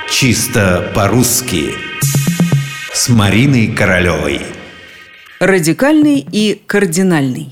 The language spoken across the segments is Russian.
Чисто по-русски с Мариной Королевой. Радикальный и кардинальный.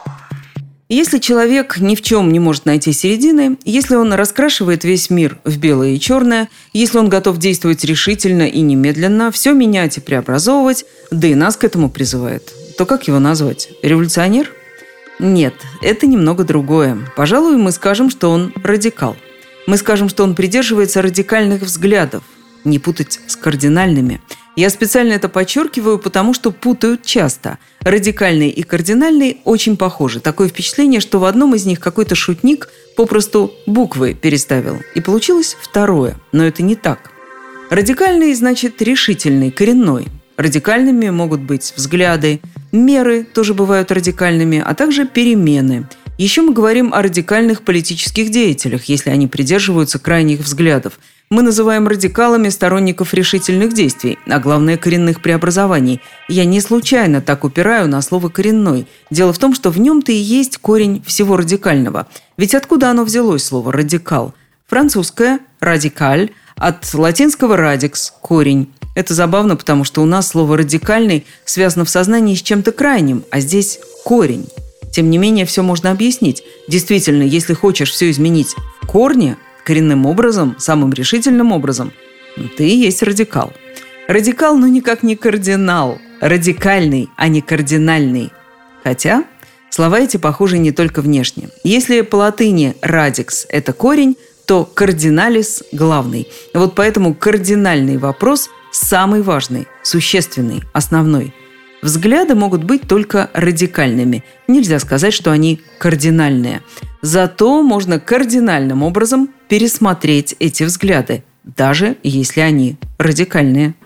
Если человек ни в чем не может найти середины, если он раскрашивает весь мир в белое и черное, если он готов действовать решительно и немедленно, все менять и преобразовывать, да и нас к этому призывает, то как его назвать? Революционер? Нет, это немного другое. Пожалуй, мы скажем, что он радикал. Мы скажем, что он придерживается радикальных взглядов. Не путать с кардинальными. Я специально это подчеркиваю, потому что путают часто. Радикальный и кардинальный очень похожи. Такое впечатление, что в одном из них какой-то шутник попросту буквы переставил. И получилось второе. Но это не так. Радикальный значит решительный, коренной. Радикальными могут быть взгляды, меры тоже бывают радикальными, а также перемены. Еще мы говорим о радикальных политических деятелях, если они придерживаются крайних взглядов. Мы называем радикалами сторонников решительных действий, а главное – коренных преобразований. Я не случайно так упираю на слово «коренной». Дело в том, что в нем-то и есть корень всего радикального. Ведь откуда оно взялось, слово «радикал»? Французское «радикаль», от латинского «радикс» – корень. Это забавно, потому что у нас слово «радикальный» связано в сознании с чем-то крайним, а здесь корень. Тем не менее, все можно объяснить. Действительно, если хочешь все изменить в корне, коренным образом, самым решительным образом, ты и есть радикал. Радикал, но никак не кардинал. Радикальный, а не кардинальный. Хотя слова эти похожи не только внешне. Если по латыни «радикс» – это корень, то «кардиналис» – главный. Вот поэтому кардинальный вопрос самый важный, существенный, основной. Взгляды могут быть только радикальными. Нельзя сказать, что они кардинальные. Зато можно кардинальным образом пересмотреть эти взгляды, даже если они радикальные.